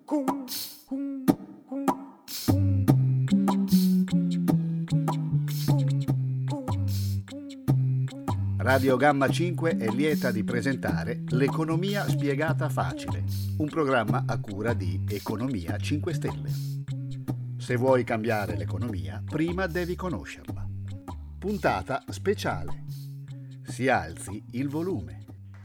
Radio Gamma 5 è lieta di presentare L'Economia spiegata facile, un programma a cura di Economia 5 Stelle. Se vuoi cambiare l'economia, prima devi conoscerla. Puntata speciale. Si alzi il volume.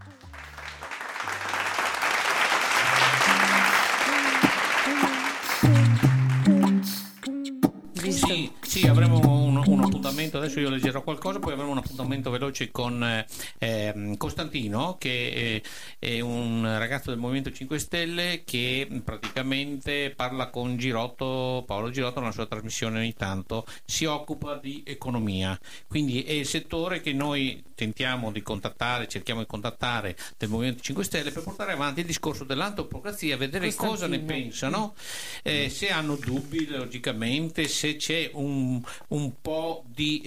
Sì, avremo un appuntamento, adesso io leggerò qualcosa, poi avremo un appuntamento veloce con Costantino, che è un ragazzo del Movimento 5 Stelle che praticamente parla con Girotto, Paolo Girotto nella sua trasmissione ogni tanto, si occupa di economia, quindi è il settore che noi cerchiamo di contattare del Movimento 5 Stelle per portare avanti il discorso dell'antropocrazia, vedere cosa ne pensano, se hanno dubbi logicamente, se c'è un po' di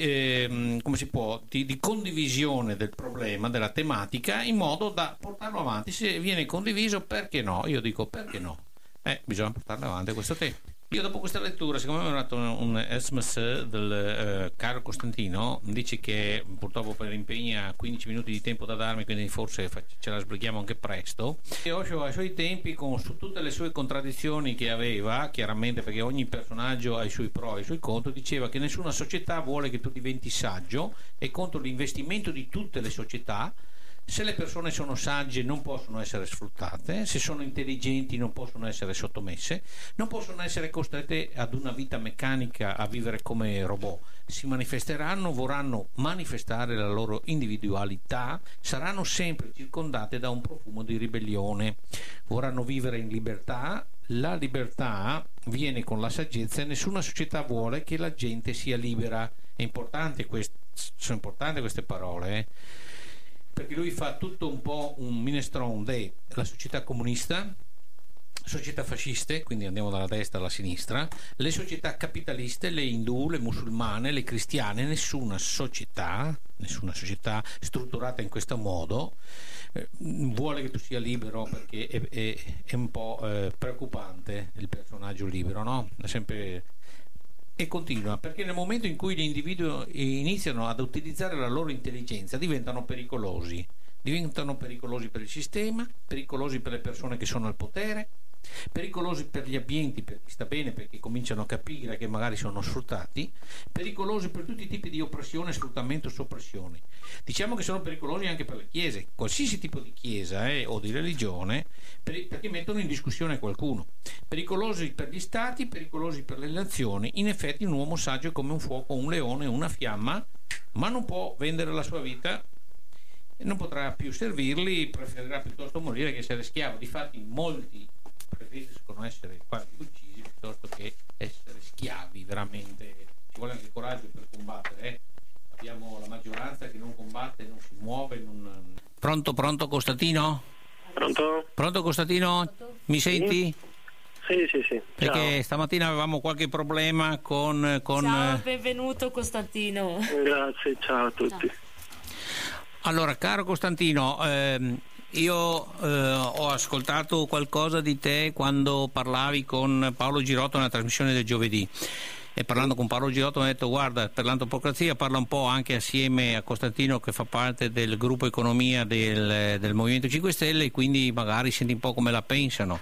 di condivisione del problema, della tematica, in modo da portarlo avanti. Se viene condiviso, perché no? Io dico perché no? Bisogna portarlo avanti questo tema. Io dopo questa lettura, secondo me è arrivato un SMS del caro Costantino, dice che purtroppo per impegni ha 15 minuti di tempo da darmi, quindi forse ce la sbrighiamo anche presto. E Osho ai suoi tempi, su tutte le sue contraddizioni che aveva, chiaramente perché ogni personaggio ha i suoi pro e i suoi contro, diceva che nessuna società vuole che tu diventi saggio, e contro l'investimento di tutte le società. Se le persone sono sagge non possono essere sfruttate, se sono intelligenti non possono essere sottomesse, non possono essere costrette ad una vita meccanica, a vivere come robot. Si manifesteranno, vorranno manifestare la loro individualità, saranno sempre circondate da un profumo di ribellione, vorranno vivere in libertà. La libertà viene con la saggezza e nessuna società vuole che la gente sia libera. Sono importanti queste parole, perché lui fa tutto un po' un minestrone della società comunista, società fasciste, quindi andiamo dalla destra alla sinistra, le società capitaliste, le indù, le musulmane, le cristiane. Nessuna società strutturata in questo modo vuole che tu sia libero, perché è un po' preoccupante il personaggio libero, no? È sempre... E continua, perché nel momento in cui gli individui iniziano ad utilizzare la loro intelligenza diventano pericolosi per il sistema, pericolosi per le persone che sono al potere, pericolosi per gli ambienti, per chi sta bene, perché cominciano a capire che magari sono sfruttati, pericolosi per tutti i tipi di oppressione, sfruttamento, soppressione. Diciamo che sono pericolosi anche per le chiese, qualsiasi tipo di chiesa o di religione, perché mettono in discussione qualcuno. Pericolosi per gli stati, pericolosi per le nazioni. In effetti un uomo saggio è come un fuoco, un leone, una fiamma, ma non può vendere la sua vita, non potrà più servirli, preferirà piuttosto morire che essere schiavo. Difatti molti preferiscono essere quasi uccisi piuttosto che essere schiavi. Veramente ci vuole anche coraggio per combattere, Abbiamo la maggioranza che non combatte, non si muove, non... Pronto Costantino? Pronto Costantino? Mi senti? Sì. Perché Ciao. Stamattina avevamo qualche problema con... Ciao, benvenuto Costantino. Grazie, ciao a tutti. Allora, caro Costantino, io ho ascoltato qualcosa di te quando parlavi con Paolo Girotto nella trasmissione del giovedì, e parlando con Paolo Girotto mi ha detto: guarda, per l'antropocrazia parla un po' anche assieme a Costantino, che fa parte del gruppo economia del Movimento 5 Stelle, e quindi magari senti un po' come la pensano.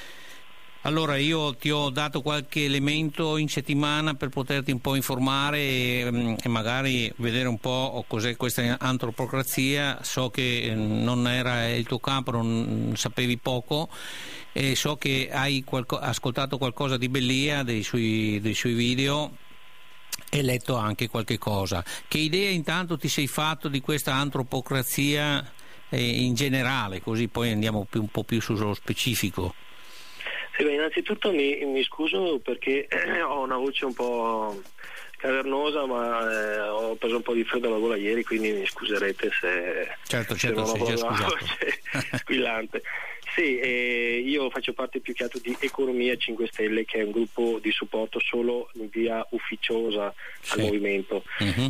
Allora io ti ho dato qualche elemento in settimana per poterti un po' informare e magari vedere un po' cos'è questa antropocrazia. So che non era il tuo campo, non sapevi poco, e so che hai ascoltato qualcosa di Bellia, dei suoi video, e letto anche qualche cosa. Che idea intanto ti sei fatto di questa antropocrazia in generale, così poi andiamo un po' più sullo specifico? Sì, beh, innanzitutto mi scuso perché ho una voce un po' cavernosa, ma ho preso un po' di freddo alla gola ieri, quindi mi scuserete se certo, non ho sei già una scusato. voce squillante. Sì, io faccio parte più che altro di Economia 5 Stelle, che è un gruppo di supporto solo in via ufficiosa al movimento.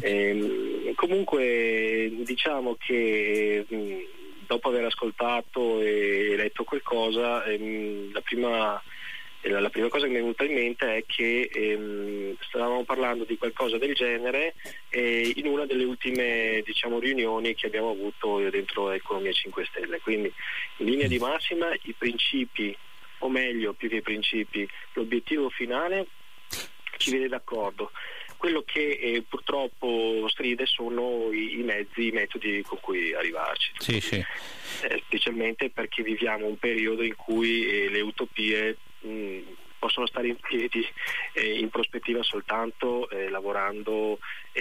Comunque diciamo che dopo aver ascoltato e letto qualcosa, la prima La prima cosa che mi è venuta in mente è che stavamo parlando di qualcosa del genere in una delle ultime, diciamo, riunioni che abbiamo avuto dentro Economia 5 Stelle. Quindi in linea di massima i principi, o meglio, più che i principi, l'obiettivo finale ci vede d'accordo. Quello che purtroppo stride sono i mezzi, i metodi con cui arrivarci. Sì, sì. Specialmente perché viviamo un periodo in cui le utopie possono stare in piedi in prospettiva soltanto lavorando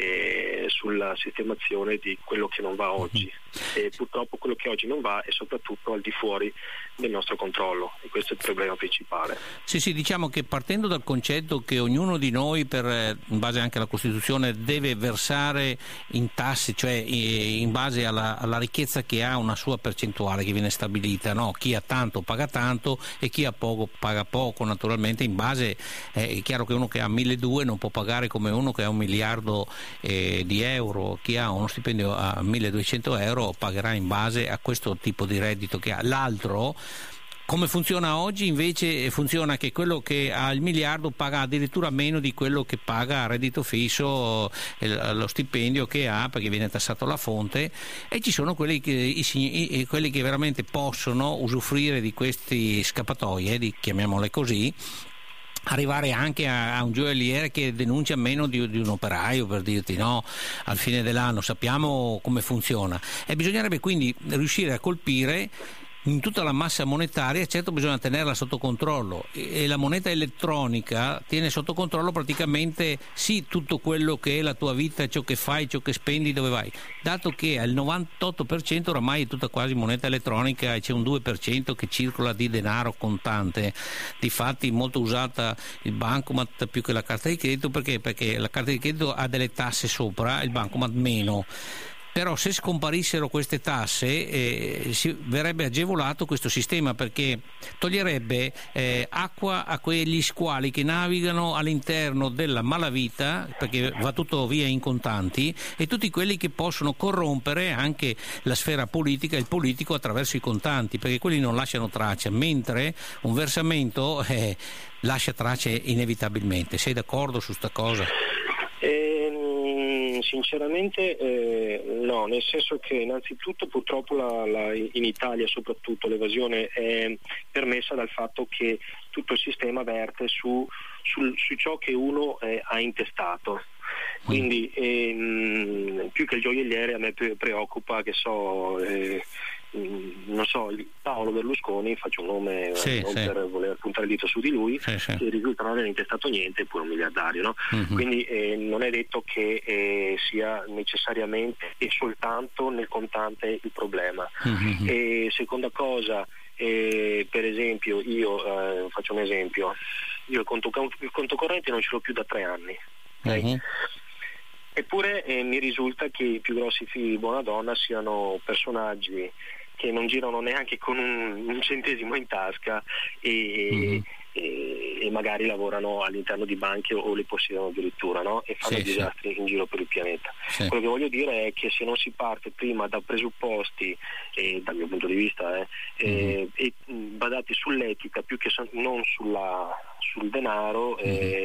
sulla sistemazione di quello che non va oggi. E purtroppo quello che oggi non va è soprattutto al di fuori del nostro controllo, e questo è il problema principale. Sì, diciamo che partendo dal concetto che ognuno di noi, in base anche alla Costituzione, deve versare in tasse, cioè in base alla ricchezza che ha, una sua percentuale che viene stabilita, no? Chi ha tanto paga tanto e chi ha poco paga poco, naturalmente in base, è chiaro che uno che ha 1.200 non può pagare come uno che ha 1 miliardo di euro, chi ha uno stipendio a 1.200 euro pagherà in base a questo tipo di reddito che ha. L'altro, come funziona oggi, invece funziona che quello che ha il miliardo paga addirittura meno di quello che paga a reddito fisso, lo stipendio che ha, perché viene tassato la fonte, e ci sono quelli che veramente possono usufruire di questi scappatoie, chiamiamole così, arrivare anche a un gioielliere che denuncia meno di un operaio, per dirti, no, al fine dell'anno. Sappiamo come funziona e bisognerebbe quindi riuscire a colpire in tutta la massa monetaria. Certo, bisogna tenerla sotto controllo, e la moneta elettronica tiene sotto controllo praticamente sì tutto quello che è la tua vita, ciò che fai, ciò che spendi, dove vai, dato che al 98% oramai è tutta quasi moneta elettronica e c'è un 2% che circola di denaro contante. Difatti molto usata il bancomat più che la carta di credito, perché la carta di credito ha delle tasse sopra, il bancomat meno. Però se scomparissero queste tasse si verrebbe agevolato questo sistema, perché toglierebbe acqua a quegli squali che navigano all'interno della malavita, perché va tutto via in contanti, e tutti quelli che possono corrompere anche la sfera politica, il politico, attraverso i contanti, perché quelli non lasciano traccia, mentre un versamento lascia tracce inevitabilmente. Sei d'accordo su sta cosa? Sinceramente no, nel senso che innanzitutto purtroppo in Italia soprattutto l'evasione è permessa dal fatto che tutto il sistema verte su ciò che uno ha intestato. Quindi più che il gioielliere a me preoccupa, che so, non so, Paolo Berlusconi, faccio un nome per voler puntare il dito su di lui, che risulta non aver intestato niente, eppure un miliardario, no? Quindi non è detto che sia necessariamente e soltanto nel contante il problema. E seconda cosa, per esempio io faccio un esempio, io il conto corrente non ce l'ho più da 3 anni, okay? Eppure mi risulta che i più grossi figli di buona donna siano personaggi che non girano neanche con un centesimo in tasca e magari lavorano all'interno di banche o le possiedono addirittura, no? E fanno disastri in giro per il pianeta. Quello che voglio dire è che se non si parte prima da presupposti, dal mio punto di vista, e basati sull'etica più che non sul denaro,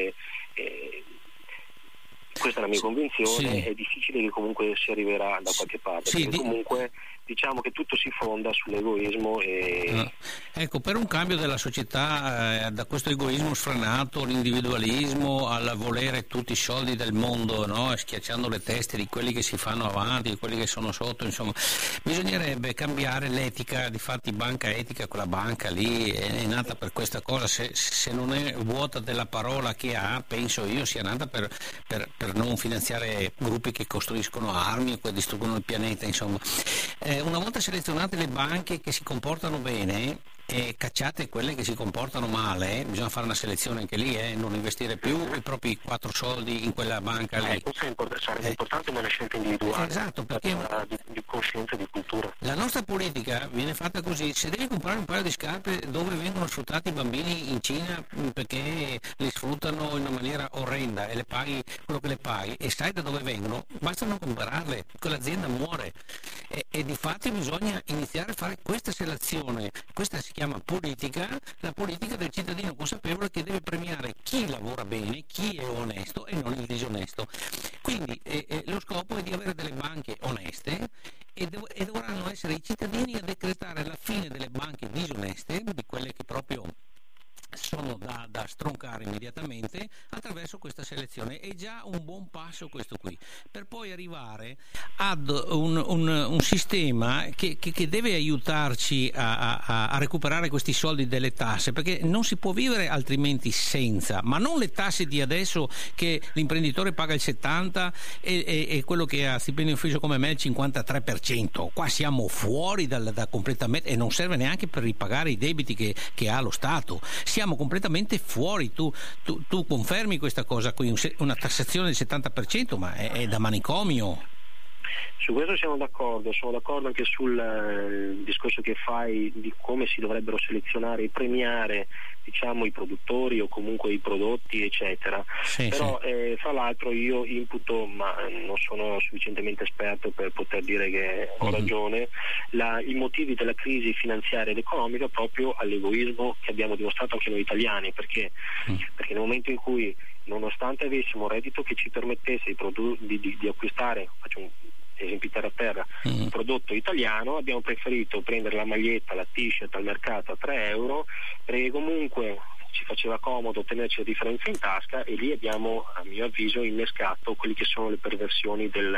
questa è la mia convinzione, è difficile che comunque si arriverà da qualche parte, perché comunque diciamo che tutto si fonda sull'egoismo Ecco, per un cambio della società, da questo egoismo sfrenato, l'individualismo, al volere tutti i soldi del mondo, no? Schiacciando le teste di quelli che si fanno avanti, di quelli che sono sotto, insomma, bisognerebbe cambiare l'etica. Difatti Banca Etica, quella banca lì è nata per questa cosa, se non è vuota della parola che ha, penso io sia nata per non finanziare gruppi che costruiscono armi o che distruggono il pianeta, insomma. Una volta selezionate le banche che si comportano bene e cacciate quelle che si comportano male, bisogna fare una selezione anche lì, non investire più i propri 4 soldi in quella banca lì. Sarebbe importante una scelta individuale, esatto, perché di coscienza e di cultura. La nostra politica viene fatta così: se devi comprare un paio di scarpe dove vengono sfruttati i bambini in Cina perché li sfruttano in una maniera orrenda e le paghi quello che le paghi e sai da dove vengono, basta non comprarle, quell'azienda muore. E di fatto bisogna iniziare a fare questa selezione, questa si chiama politica, la politica del cittadino consapevole che deve premiare chi lavora bene, chi è onesto e non il disonesto. Quindi lo scopo è di avere delle banche oneste e dovranno essere i cittadini a decretare la fine delle banche disoneste, di quelle che proprio sono da stroncare immediatamente attraverso questa selezione. È già un buon passo questo qui, per poi arrivare ad un sistema che deve aiutarci a recuperare questi soldi delle tasse, perché non si può vivere altrimenti senza, ma non le tasse di adesso che l'imprenditore paga il 70% e quello che ha stipendio fisso come me il 53%. Qua siamo fuori da completamente, e non serve neanche per ripagare i debiti che ha lo Stato. Siamo completamente fuori. Tu confermi questa cosa qui, una tassazione del 70%, ma è da manicomio. Su questo sono d'accordo anche sul discorso che fai di come si dovrebbero selezionare e premiare, diciamo, i produttori o comunque i prodotti, eccetera. Sì, però sì. fra l'altro io imputo, ma non sono sufficientemente esperto per poter dire che ho ragione, i motivi della crisi finanziaria ed economica proprio all'egoismo che abbiamo dimostrato anche noi italiani, perché nel momento in cui, nonostante avessimo un reddito che ci permettesse di acquistare, faccio un esempio terra un prodotto italiano, abbiamo preferito prendere la maglietta, la t-shirt al mercato a 3 euro, perché comunque ci faceva comodo tenerci la differenza in tasca, e lì abbiamo, a mio avviso, innescato quelli che sono le perversioni del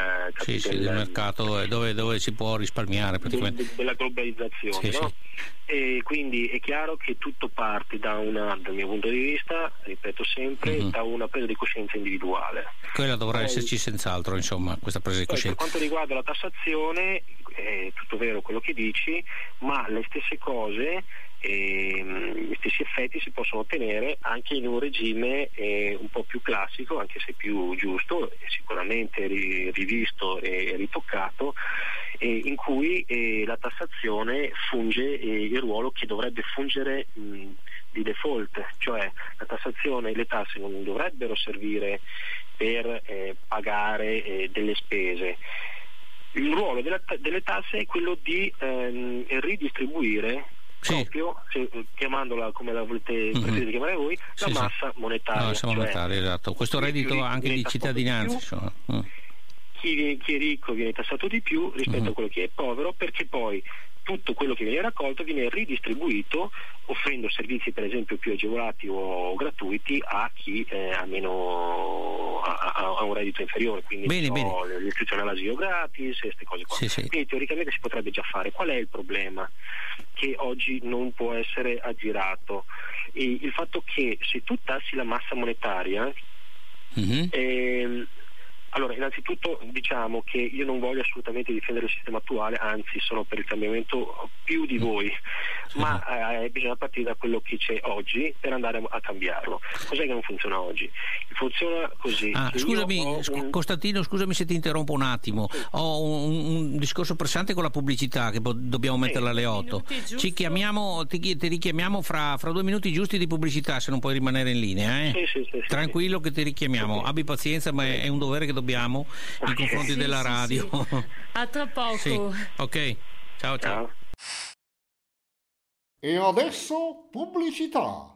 mercato dove si può risparmiare praticamente, della globalizzazione, sì, no? Sì. E quindi è chiaro che tutto parte dal mio punto di vista, ripeto sempre, da una presa di coscienza individuale. Quella dovrà esserci senz'altro, insomma, questa presa di coscienza. Per quanto riguarda la tassazione, è tutto vero quello che dici, ma le stesse cose, gli stessi effetti si possono ottenere anche in un regime un po' più classico, anche se più giusto, sicuramente rivisto e ritoccato, in cui la tassazione funge il ruolo che dovrebbe fungere di default, cioè la tassazione e le tasse non dovrebbero servire per pagare delle spese. Il ruolo delle tasse è quello di ridistribuire, proprio, chiamandola come la volete preferire chiamare voi, la massa monetaria. La massa monetaria, esatto. Questo reddito anche di cittadinanza, insomma. Chi è ricco viene tassato di più rispetto a quello che è povero, perché poi tutto quello che viene raccolto viene ridistribuito, offrendo servizi per esempio più agevolati o gratuiti a chi ha un reddito inferiore, quindi l'iscrizione all'asilo gratis e queste cose qua. Quindi teoricamente si potrebbe già fare. Qual è il problema? Che oggi non può essere aggirato, e il fatto che se tu tassi la massa monetaria, allora, innanzitutto diciamo che io non voglio assolutamente difendere il sistema attuale, anzi sono per il cambiamento più di voi, ma bisogna partire da quello che c'è oggi per andare a cambiarlo. Cos'è che non funziona oggi? Funziona così. Scusami, Costantino, scusami se ti interrompo un attimo. Ho un discorso pressante con la pubblicità che dobbiamo metterla alle 8. Ci chiamiamo, ti richiamiamo fra 2 minuti giusti di pubblicità, se non puoi rimanere in linea. Sì, tranquillo che ti richiamiamo. Abbi pazienza, ma è un dovere che dobbiamo nei confronti della radio. A tra poco. Ok, ciao. E adesso pubblicità.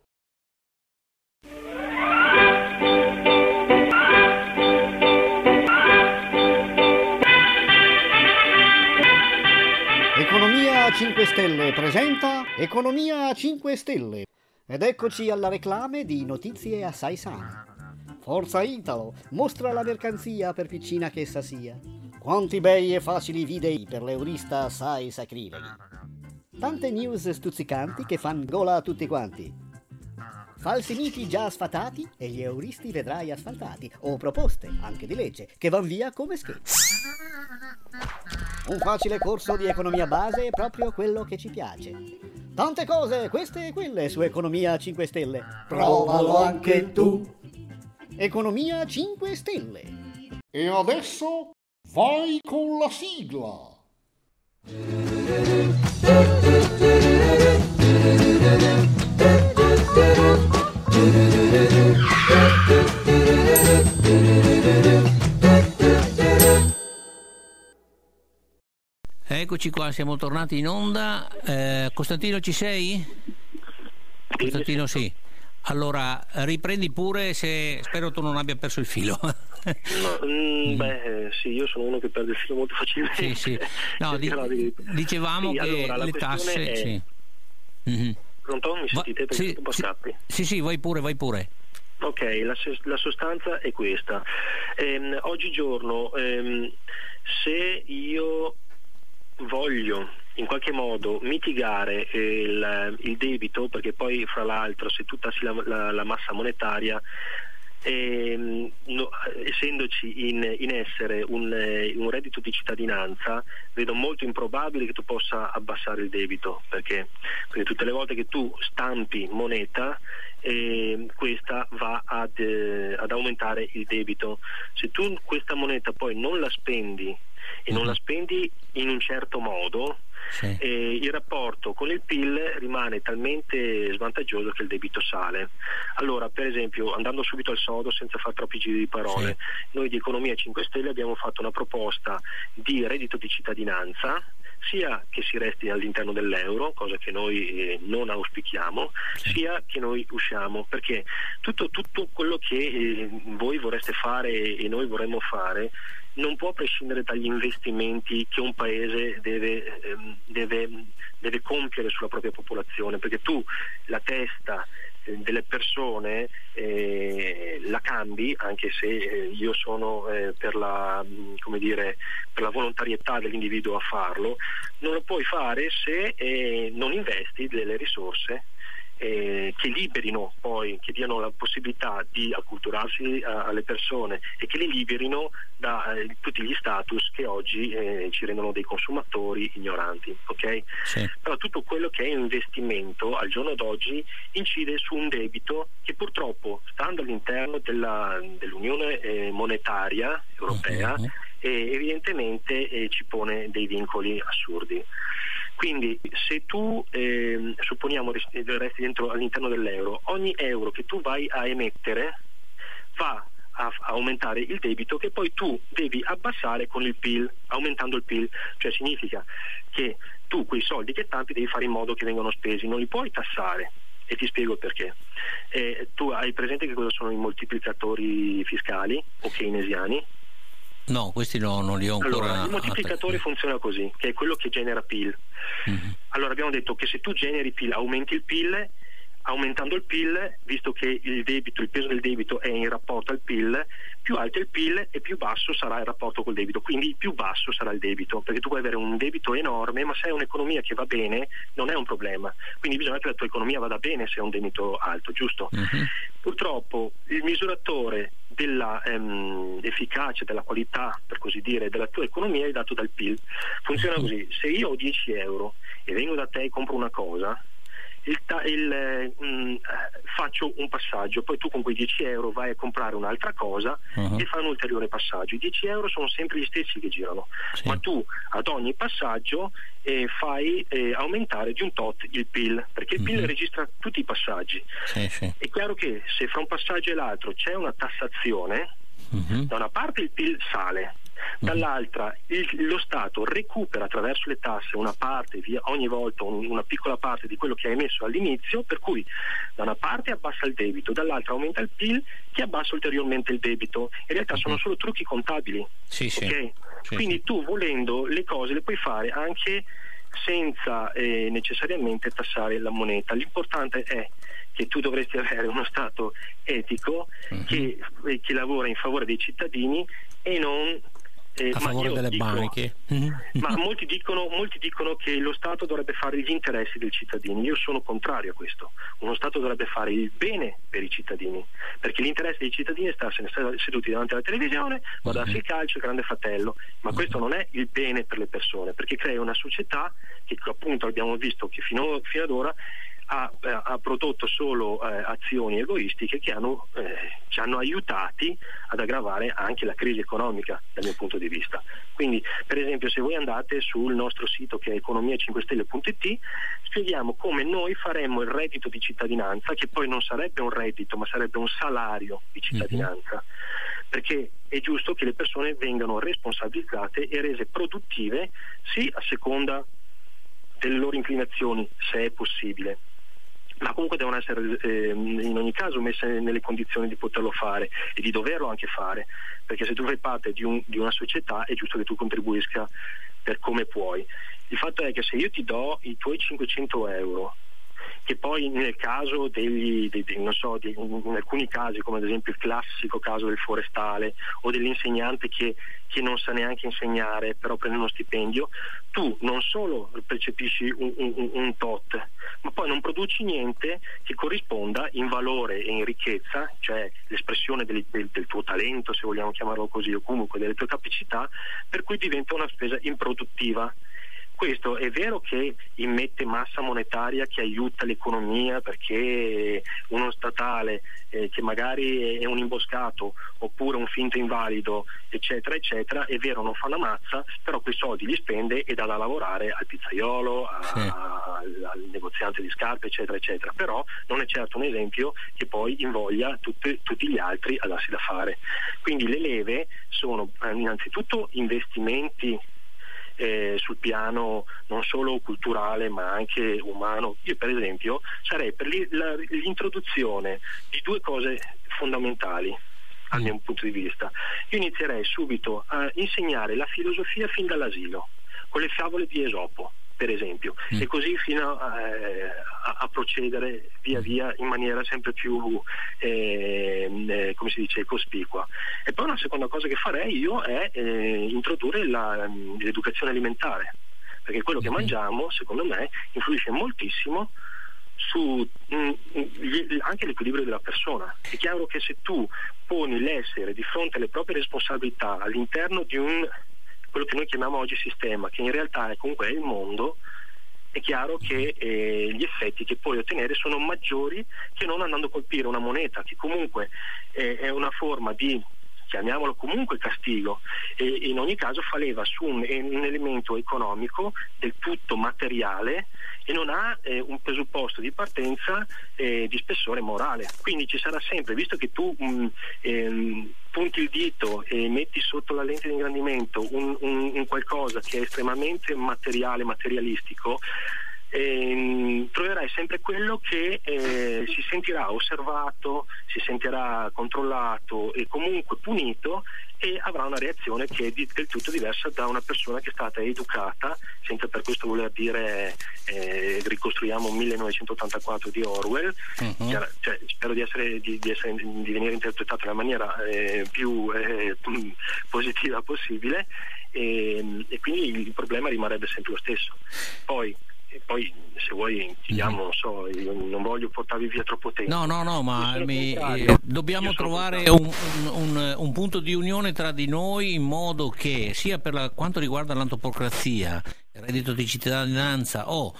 Economia 5 Stelle presenta Economia 5 Stelle. Ed eccoci alla reclame di notizie assai sane. Forza Italo, mostra la mercanzia per piccina che essa sia. Quanti bei e facili video per l'eurista assai sacrileghi. Tante news stuzzicanti che fan gola a tutti quanti. Falsi miti già sfatati e gli euristi vedrai asfaltati, o proposte, anche di legge, che van via come scherzi. Un facile corso di economia base è proprio quello che ci piace. Tante cose, queste e quelle, su Economia 5 Stelle. Provalo anche tu! Economia 5 Stelle. E adesso vai con la sigla. Eccoci qua, siamo tornati in onda. Costantino, ci sei? Costantino, sì. Allora, riprendi pure, spero tu non abbia perso il filo. Sì, io sono uno che perde il filo molto facilmente. Sì. No, dicevamo che allora, le tasse... è... Sì. Pronto? Mi sentite? Sì, vai pure. Ok, la sostanza è questa. Oggigiorno, se io voglio in qualche modo mitigare il debito, perché poi fra l'altro se tu tassi la massa monetaria, essendoci in essere un reddito di cittadinanza, vedo molto improbabile che tu possa abbassare il debito, perché tutte le volte che tu stampi moneta, questa va ad aumentare il debito. Se tu questa moneta poi non la spendi e non la spendi in un certo modo, sì, il rapporto con il PIL rimane talmente svantaggioso che il debito sale. Allora, per esempio, andando subito al sodo senza fare troppi giri di parole, sì, noi di Economia 5 Stelle abbiamo fatto una proposta di reddito di cittadinanza, sia che si resti all'interno dell'euro, cosa che noi non auspichiamo, sia che noi usciamo, perché tutto quello che voi vorreste fare e noi vorremmo fare non può prescindere dagli investimenti che un paese deve compiere sulla propria popolazione, perché tu la testa delle persone la cambi, anche se io sono per la volontarietà dell'individuo a farlo, non lo puoi fare se non investi delle risorse che liberino poi, che diano la possibilità di acculturarsi alle persone e che li liberino da tutti gli status che oggi ci rendono dei consumatori ignoranti, ok? Sì. Però tutto quello che è investimento al giorno d'oggi incide su un debito che purtroppo, stando all'interno dell'Unione monetaria europea, evidentemente ci pone dei vincoli assurdi. Quindi se tu supponiamo resti dentro all'interno dell'euro, ogni euro che tu vai a emettere va a aumentare il debito che poi tu devi abbassare con il PIL, aumentando il PIL, cioè significa che tu quei soldi che stampi devi fare in modo che vengano spesi, non li puoi tassare. E ti spiego perché. Tu hai presente che cosa sono i moltiplicatori fiscali o keynesiani? No, questi non li ho ancora. Allora, il moltiplicatore funziona così, che è quello che genera PIL. Allora abbiamo detto che se tu generi PIL, aumenti il PIL, aumentando il PIL, visto che il peso del debito è in rapporto al PIL, più alto è il PIL e più basso sarà il rapporto col debito, quindi più basso sarà il debito, perché tu puoi avere un debito enorme, ma se hai un'economia che va bene non è un problema, quindi bisogna che la tua economia vada bene se hai un debito alto, giusto? Purtroppo il misuratore della efficacia, della qualità, per così dire, della tua economia è dato dal PIL. Funziona così: se io ho 10 euro e vengo da te e compro una cosa, faccio un passaggio, poi tu con quei 10 euro vai a comprare un'altra cosa e fai un ulteriore passaggio. I 10 euro sono sempre gli stessi che girano, sì, ma tu ad ogni passaggio fai aumentare di un tot il PIL, perché il PIL registra tutti i passaggi. Sì. È chiaro che se fra un passaggio e l'altro c'è una tassazione, da una parte il PIL sale, dall'altra lo Stato recupera attraverso le tasse una parte, ogni volta una piccola parte di quello che ha emesso all'inizio, per cui da una parte abbassa il debito, dall'altra aumenta il PIL che abbassa ulteriormente il debito. In realtà sono solo trucchi contabili, sì. Quindi tu, volendo, le cose le puoi fare anche senza necessariamente tassare la moneta. L'importante è che tu dovresti avere uno Stato etico che lavora in favore dei cittadini e non a favore delle banche. Ma molti dicono che lo Stato dovrebbe fare gli interessi dei cittadini. Io sono contrario a questo. Uno Stato dovrebbe fare il bene per i cittadini, perché l'interesse dei cittadini è stare seduti davanti alla televisione, guardarsi il calcio, il Grande Fratello, ma questo non è il bene per le persone, perché crea una società che, appunto, abbiamo visto che fino ad ora ha prodotto solo azioni egoistiche che ci hanno aiutati ad aggravare anche la crisi economica dal mio punto di vista. Quindi, per esempio, se voi andate sul nostro sito, che è economia5stelle.it, spieghiamo come noi faremmo il reddito di cittadinanza, che poi non sarebbe un reddito ma sarebbe un salario di cittadinanza, perché è giusto che le persone vengano responsabilizzate e rese produttive sì a seconda delle loro inclinazioni, se è possibile, ma comunque devono essere in ogni caso messe nelle condizioni di poterlo fare e di doverlo anche fare, perché se tu fai parte di una società è giusto che tu contribuisca per come puoi. Il fatto è che se io ti do i tuoi 500 euro, che poi nel caso in alcuni casi, come ad esempio il classico caso del forestale o dell'insegnante che non sa neanche insegnare però prende uno stipendio, tu non solo percepisci un tot, ma poi non produci niente che corrisponda in valore e in ricchezza, cioè l'espressione del tuo talento, se vogliamo chiamarlo così, o comunque delle tue capacità, per cui diventa una spesa improduttiva. Questo è vero che immette massa monetaria che aiuta l'economia, perché uno statale che magari è un imboscato oppure un finto invalido eccetera eccetera, è vero, non fa una mazza, però quei soldi li spende e dà da lavorare al pizzaiolo, al negoziante di scarpe eccetera eccetera, però non è certo un esempio che poi invoglia tutti gli altri a darsi da fare. Quindi le leve sono innanzitutto investimenti sul piano non solo culturale ma anche umano. Io per esempio sarei per l'introduzione di due cose fondamentali dal mio punto di vista. Io inizierei subito a insegnare la filosofia fin dall'asilo, con le favole di Esopo per esempio, e così fino a procedere via via in maniera sempre più come si dice, cospicua. E poi una seconda cosa che farei io è introdurre l'educazione alimentare, perché quello che mangiamo secondo me influisce moltissimo su anche l'equilibrio della persona. È chiaro che se tu poni l'essere di fronte alle proprie responsabilità all'interno di quello che noi chiamiamo oggi sistema, che in realtà è comunque il mondo, è chiaro che gli effetti che puoi ottenere sono maggiori che non andando a colpire una moneta che comunque è una forma di, chiamiamolo comunque castigo, e in ogni caso fa leva su un elemento economico del tutto materiale e non ha un presupposto di partenza di spessore morale. Quindi ci sarà sempre, visto che tu punti il dito e metti sotto la lente di ingrandimento un qualcosa che è estremamente materialistico, troverai sempre quello che si sentirà osservato, si sentirà controllato e comunque punito, e avrà una reazione che è del tutto diversa da una persona che è stata educata, senza per questo voler dire ricostruiamo 1984 di Orwell. Cioè, spero di venire interpretato nella maniera più positiva possibile, e quindi il problema rimarrebbe sempre lo stesso. Poi se vuoi chiediamo, non so, io non voglio portarvi via troppo tempo. No, ma dobbiamo trovare un punto di unione tra di noi, in modo che sia per quanto riguarda l'antropocrazia, il reddito di cittadinanza o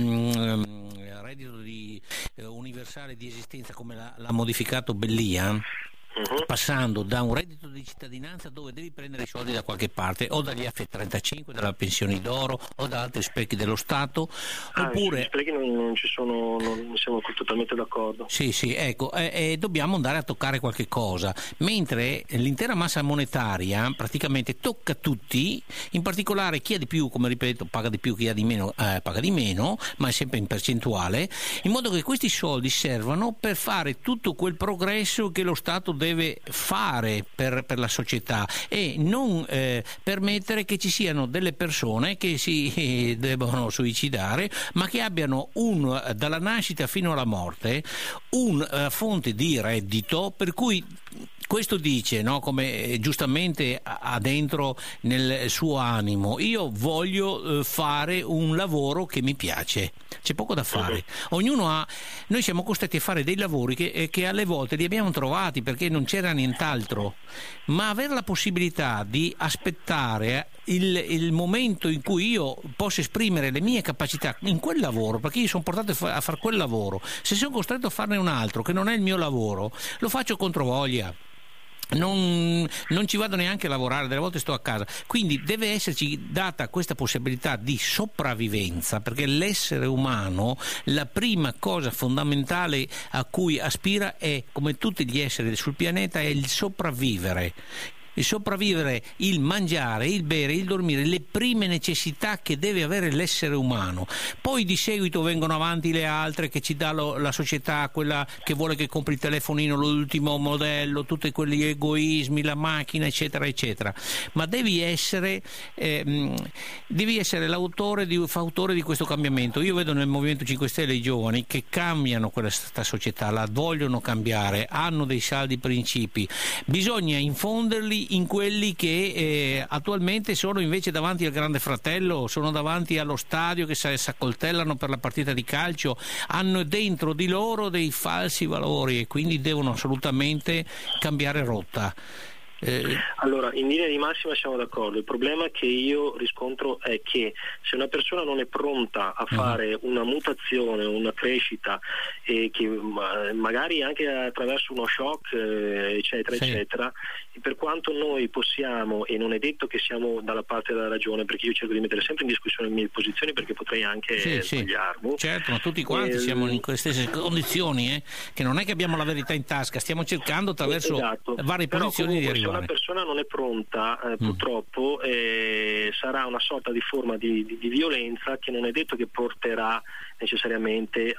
reddito universale di esistenza come l'ha modificato Bellia, passando da un reddito di cittadinanza dove devi prendere i soldi da qualche parte, o dagli F35, dalla pensione d'oro o da altri sprechi dello Stato, oppure sprechi non ci sono, non siamo totalmente d'accordo. Sì, ecco, dobbiamo andare a toccare qualche cosa, mentre l'intera massa monetaria praticamente tocca tutti, in particolare chi ha di più, come ripeto, paga di più, chi ha di meno paga di meno, ma è sempre in percentuale, in modo che questi soldi servano per fare tutto quel progresso che lo Stato deve fare per la società, e non permettere che ci siano delle persone che si debbano suicidare, ma che abbiano dalla nascita fino alla morte una fonte di reddito, per cui questo dice, no, come giustamente ha dentro nel suo animo: io voglio fare un lavoro che mi piace. C'è poco da fare. Noi siamo costretti a fare dei lavori che alle volte li abbiamo trovati perché non c'era nient'altro, ma avere la possibilità di aspettare il momento in cui io posso esprimere le mie capacità in quel lavoro, perché io sono portato a fare quel lavoro, se sono costretto a farne un altro che non è il mio lavoro, lo faccio controvoglia. non ci vado neanche a lavorare, delle volte sto a casa, quindi deve esserci data questa possibilità di sopravvivenza, perché l'essere umano, la prima cosa fondamentale a cui aspira è, come tutti gli esseri sul pianeta, è il sopravvivere. Il sopravvivere, il mangiare, il bere, il dormire, le prime necessità che deve avere l'essere umano. Poi di seguito vengono avanti le altre che ci dà la società, quella che vuole che compri il telefonino, l'ultimo modello, tutti quegli egoismi, la macchina, eccetera, eccetera. Ma devi essere fautore di questo cambiamento. Io vedo nel Movimento 5 Stelle i giovani che cambiano questa società, la vogliono cambiare, hanno dei saldi principi. Bisogna infonderli in quelli che attualmente sono invece davanti al Grande Fratello, sono davanti allo stadio che si accoltellano per la partita di calcio, hanno dentro di loro dei falsi valori e quindi devono assolutamente cambiare rotta. Allora, in linea di massima siamo d'accordo. Il problema che io riscontro è che se una persona non è pronta a fare una mutazione, una crescita, che magari anche attraverso uno shock, eccetera, eccetera, per quanto noi possiamo, e non è detto che siamo dalla parte della ragione, perché io cerco di mettere sempre in discussione le mie posizioni, perché potrei anche sbagliarmi. Certo, ma tutti quanti siamo in queste stesse condizioni, che non è che abbiamo la verità in tasca, stiamo cercando attraverso varie posizioni di arrivare. Se una persona non è pronta, purtroppo sarà una sorta di forma di violenza che non è detto che porterà necessariamente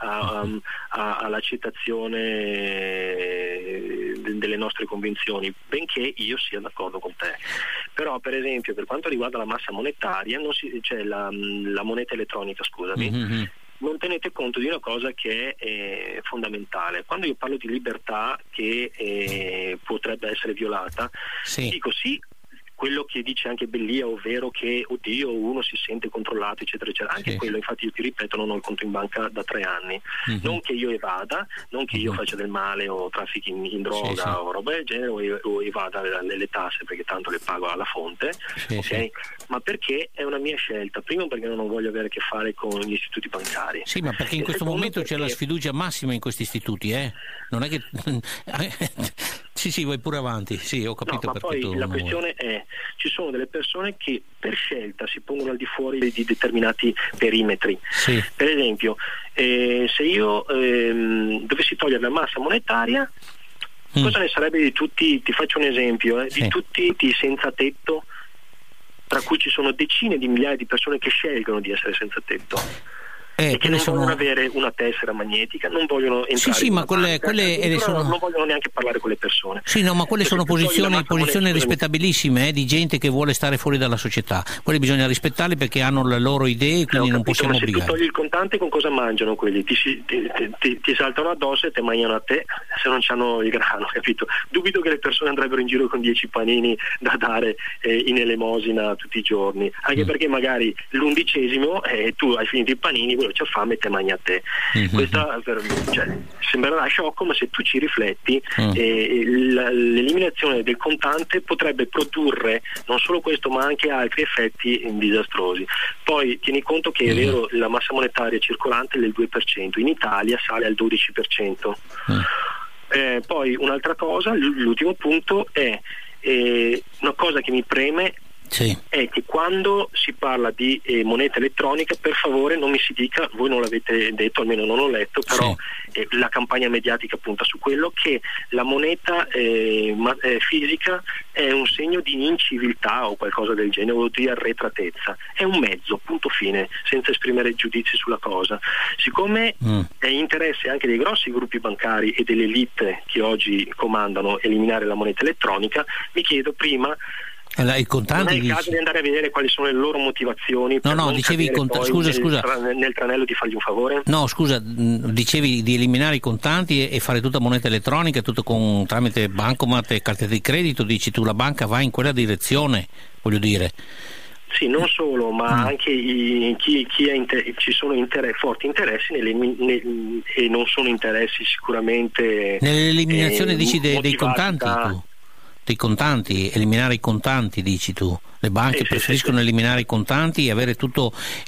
all'accettazione delle nostre convinzioni, benché io sia d'accordo con te. Però per esempio per quanto riguarda la massa monetaria, la moneta elettronica, scusami, non tenete conto di una cosa che è fondamentale. Quando io parlo di libertà che potrebbe essere violata, dico sì, quello che dice anche Bellia, ovvero che oddio uno si sente controllato, eccetera eccetera, anche quello, infatti io ti ripeto, non ho il conto in banca da 3 anni, non che io evada, non che io faccia del male o traffichi in droga o roba del genere, o evada le tasse, perché tanto le pago alla fonte, ma perché è una mia scelta. Primo, perché non voglio avere a che fare con gli istituti bancari. Sì, ma perché in questo momento c'è la sfiducia massima in questi istituti, non è che sì, vai pure avanti, ho capito. No, ma poi la questione è, ci sono delle persone che per scelta si pongono al di fuori di determinati perimetri. Per esempio, se io dovessi togliere la massa monetaria, cosa ne sarebbe di tutti, ti faccio un esempio, di tutti i senza tetto, tra cui ci sono decine di migliaia di persone che scelgono di essere senza tetto. E che non vogliono avere una tessera magnetica, non vogliono entrare ma quelle non vogliono neanche parlare con le persone. Ma quelle sono posizioni rispettabilissime, di gente che vuole stare fuori dalla società. Quelle bisogna rispettarli perché hanno le loro idee, quindi non possiamo obbligare. Se tu togli il contante, con cosa mangiano quelli? Ti saltano addosso e te mangiano a te, se non c'hanno il grano, capito? Dubito che le persone andrebbero in giro con 10 panini da dare in elemosina tutti i giorni, anche perché magari l'11° tu hai finito i panini, c'è fame e te mangi a te. Questa sembrerà sciocco, ma se tu ci rifletti, l'eliminazione del contante potrebbe produrre non solo questo ma anche altri effetti disastrosi. Poi tieni conto che è vero, la massa monetaria circolante è del 2%, in Italia sale al 12%. Poi un'altra cosa, l'ultimo punto è una cosa che mi preme, è che quando si parla di moneta elettronica, per favore non mi si dica, voi non l'avete detto, almeno non l'ho letto, però la campagna mediatica punta su quello, che la moneta fisica è un segno di inciviltà o qualcosa del genere, o di arretratezza. È un mezzo, punto fine, senza esprimere giudizi sulla cosa. Siccome è interesse anche dei grossi gruppi bancari e delle elite che oggi comandano eliminare la moneta elettronica, mi chiedo prima, i contanti, non è il caso di andare a vedere quali sono le loro motivazioni? Dicevi scusa nel tranello di fargli un favore? No, scusa, dicevi di eliminare i contanti e fare tutta moneta elettronica, tutto tramite bancomat e carte di credito. Dici tu, la banca va in quella direzione, voglio dire. Sì, non solo, ma anche ci sono forti interessi e non sono interessi sicuramente nell'eliminazione dici dei contanti tu. Dei contanti, eliminare i contanti, dici tu, Le banche preferiscono eliminare i contanti e avere tutto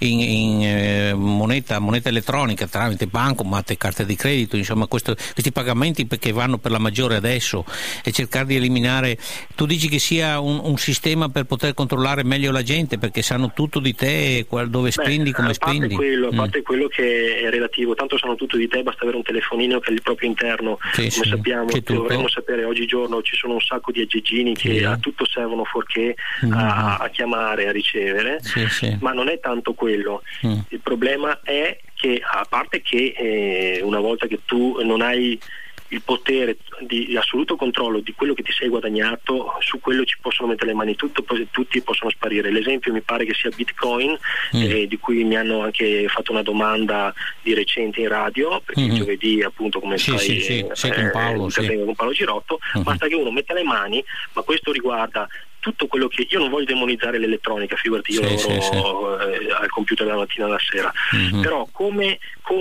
in moneta elettronica tramite bancomat, carte di credito, insomma questi pagamenti che vanno per la maggiore adesso, e cercare di eliminare. Tu dici che sia un sistema per poter controllare meglio la gente, perché sanno tutto di te, dove spendi, come spendi. A parte quello che è relativo, tanto sanno tutto di te, basta avere un telefonino che è il proprio interno, come sappiamo, dovremmo sapere oggigiorno ci sono un sacco di aggeggini che a tutto servono fuorché a chiamare, a ricevere, ma non è tanto quello. Il problema è che, a parte che una volta che tu non hai il potere di assoluto controllo di quello che ti sei guadagnato, su quello ci possono mettere le mani tutti possono sparire. L'esempio mi pare che sia Bitcoin, di cui mi hanno anche fatto una domanda di recente in radio, perché il giovedì, appunto, come sai, con Paolo Girotto. Basta che uno metta le mani, ma questo riguarda tutto quello che io non voglio demonizzare l'elettronica, figurati, io lavoro al computer dalla mattina alla sera, però come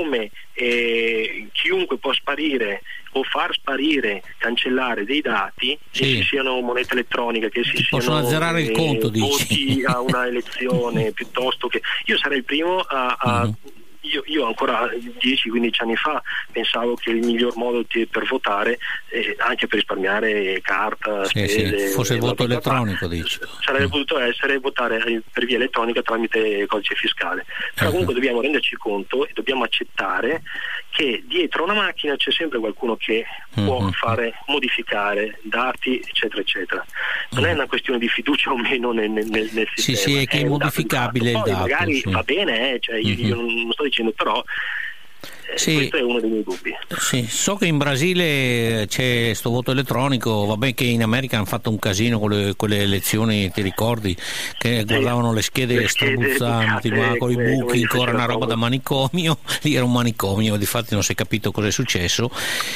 chiunque può sparire o far sparire, cancellare dei dati, che si siano moneta elettronica, che si possono siano azzerare il conto, voti a una elezione, piuttosto che io sarei il primo a io ancora 10-15 anni fa pensavo che il miglior modo per votare, anche per risparmiare carta, spese, fosse il voto elettronico, dici. Sarebbe potuto essere votare per via elettronica tramite codice fiscale. Però comunque dobbiamo renderci conto e dobbiamo accettare che dietro una macchina c'è sempre qualcuno che può modificare dati, eccetera eccetera. Non è una questione di fiducia o meno nel sistema. Sì, è che è modificabile il dato. Magari va bene, cioè io non sto dicendo, però questo è uno dei miei dubbi. So che in Brasile c'è sto voto elettronico, vabbè, che in America hanno fatto un casino con le elezioni, ti ricordi? Che guardavano le schede strabuzzanti, con i buchi, ancora una roba da manicomio. Lì era un manicomio, difatti non si è capito cosa è successo.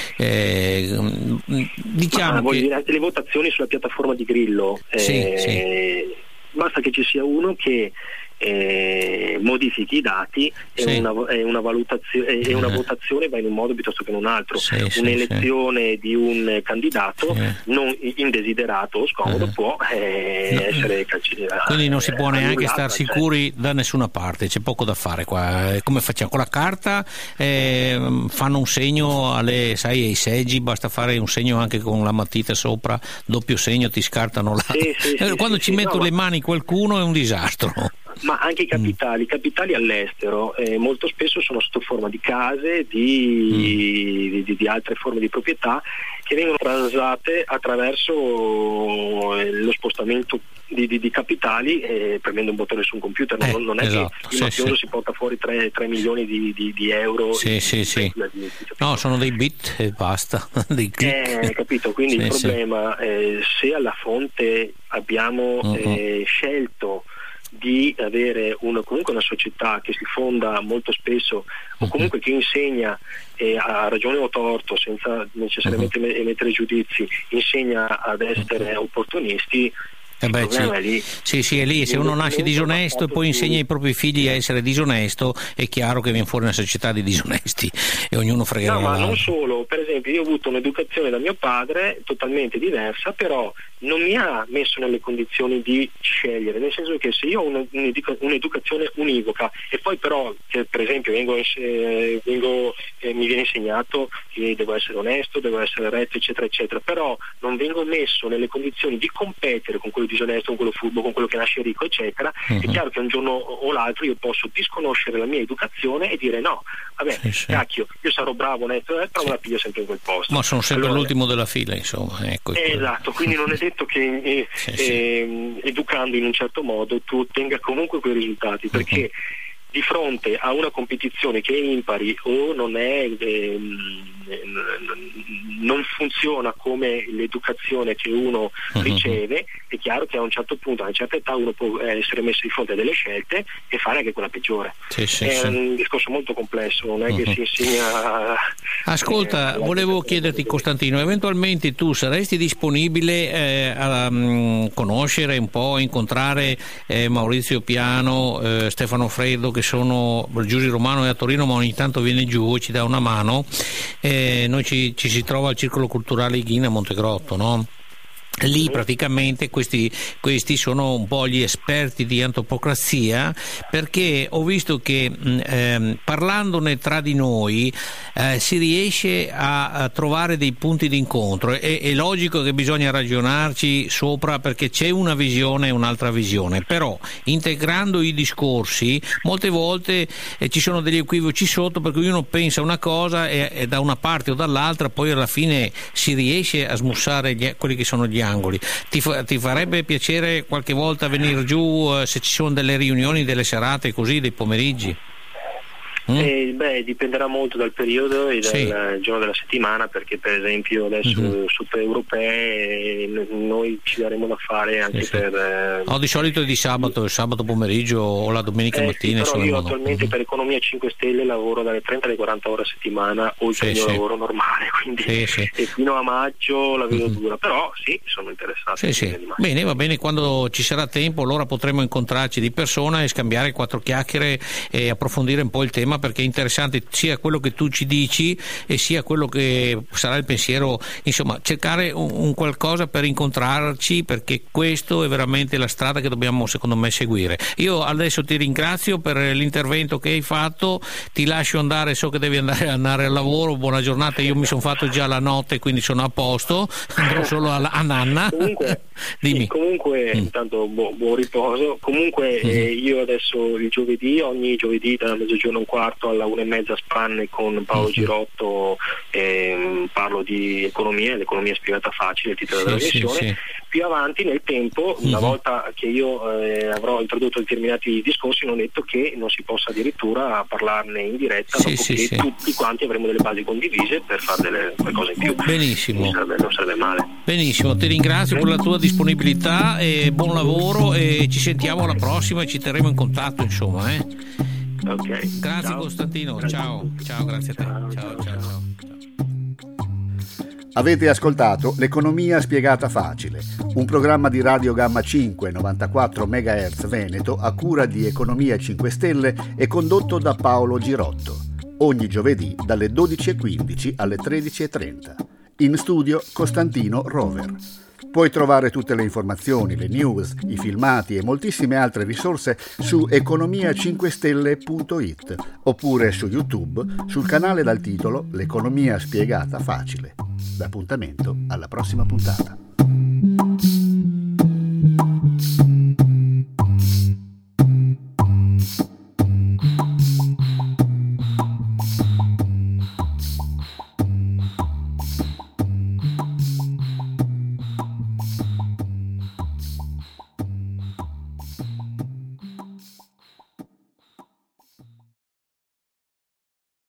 Diciamo che anche le votazioni sulla piattaforma di Grillo, basta che ci sia uno che modifichi i dati e una votazione va in un modo piuttosto che in un altro. Un'elezione di un candidato non indesiderato o scomodo può essere cancellata. Quindi non si può neanche star sicuri da nessuna parte, c'è poco da fare qua. Come facciamo? Con la carta fanno un segno ai seggi, basta fare un segno anche con la matita sopra, doppio segno, ti scartano quando ci metto le mani qualcuno è un disastro. Ma anche i capitali all'estero molto spesso sono sotto forma di case, di altre forme di proprietà che vengono transate attraverso lo spostamento di capitali, premendo un bottone su un computer. Non è che il mafioso si porta fuori 3 milioni di euro. No, sono dei bit e basta. Dei click. Capito? Quindi il problema, se alla fonte abbiamo scelto di avere comunque una società che si fonda molto spesso o comunque che insegna, a ragione o torto, senza necessariamente emettere giudizi, insegna ad essere opportunisti. È lì, se uno nasce disonesto e poi insegna ai propri figli a essere disonesto, è chiaro che viene fuori una società di disonesti e ognuno fregherà l'altro. Ma non solo, per esempio io ho avuto un'educazione da mio padre totalmente diversa, però non mi ha messo nelle condizioni di scegliere, nel senso che se io ho un'educazione univoca e poi però che per esempio mi viene insegnato che devo essere onesto, devo essere retto, eccetera eccetera, però non vengo messo nelle condizioni di competere con quello disonesto, con quello furbo, con quello che nasce ricco, eccetera, è chiaro che un giorno o l'altro io posso disconoscere la mia educazione e dire no, vabbè, cacchio, io sarò bravo, onesto, però me la piglio sempre in quel posto. Ma sono sempre l'ultimo della fila, insomma. Ecco, esatto, quindi non è detto che educando in un certo modo tu ottenga comunque quei risultati, perché di fronte a una competizione che è impari o non funziona come l'educazione che uno riceve, è chiaro che a un certo punto, a una certa età, uno può essere messo di fronte a delle scelte e fare anche quella peggiore. È un discorso molto complesso, non è che si insegna. Ascolta, volevo chiederti, Costantino, eventualmente tu saresti disponibile a conoscere un po', incontrare Maurizio Piano, Stefano Freddo, che sono Giusy Romano e a Torino, ma ogni tanto viene giù e ci dà una mano. Noi ci si trova al Circolo Culturale Ighina a Montegrotto, no? Lì praticamente questi sono un po' gli esperti di antropocrazia, perché ho visto che parlandone tra di noi si riesce a trovare dei punti d'incontro. È logico che bisogna ragionarci sopra, perché c'è una visione e un'altra visione, però integrando i discorsi molte volte ci sono degli equivoci sotto, perché uno pensa una cosa e da una parte o dall'altra poi alla fine si riesce a smussare quelli che sono gli angoli. Ti farebbe piacere qualche volta venire giù, se ci sono delle riunioni, delle serate così, dei pomeriggi? Dipenderà molto dal periodo e dal giorno della settimana, perché per esempio adesso super europee noi ci daremo da fare anche per di solito è di sabato, il sabato pomeriggio o la domenica mattina. Però io attualmente per Economia 5 Stelle lavoro dalle 30 alle 40 ore a settimana, oltre al mio lavoro normale, quindi e fino a maggio la vedo dura, però sono interessato. Bene, va bene, quando ci sarà tempo allora potremo incontrarci di persona e scambiare 4 chiacchiere e approfondire un po' il tema, perché è interessante sia quello che tu ci dici e sia quello che sarà il pensiero, insomma cercare un qualcosa per incontrarci, perché questo è veramente la strada che dobbiamo secondo me seguire. Io adesso ti ringrazio per l'intervento che hai fatto, ti lascio andare, so che devi andare al lavoro, buona giornata, io mi sono fatto già la notte quindi sono a posto, andrò solo a nanna. Dimmi. Comunque intanto buon riposo. Comunque io adesso ogni giovedì da mezzogiorno e un quarto alla 1:30 Spanne con Paolo Girotto parlo di economia, l'economia spiegata facile, il titolo della missione. Più avanti nel tempo, una volta che io avrò introdotto determinati discorsi, non ho detto che non si possa addirittura parlarne in diretta, dopo che tutti quanti avremo delle basi condivise per fare qualcosa in più. Benissimo. Non sarebbe male. Benissimo, ti ringrazio per la tua disponibilità e buon lavoro, e ci sentiamo alla prossima e ci terremo in contatto, insomma. Ok. Grazie. Ciao. Costantino, ciao, grazie a te. Ciao. Avete ascoltato L'Economia Spiegata Facile, un programma di Radio Gamma 5 94 MHz Veneto a cura di Economia 5 Stelle e condotto da Paolo Girotto. Ogni giovedì dalle 12:15 alle 13:30. In studio Costantino Rover. Puoi trovare tutte le informazioni, le news, i filmati e moltissime altre risorse su economia5stelle.it oppure su YouTube sul canale dal titolo L'Economia Spiegata Facile. L'appuntamento alla prossima puntata.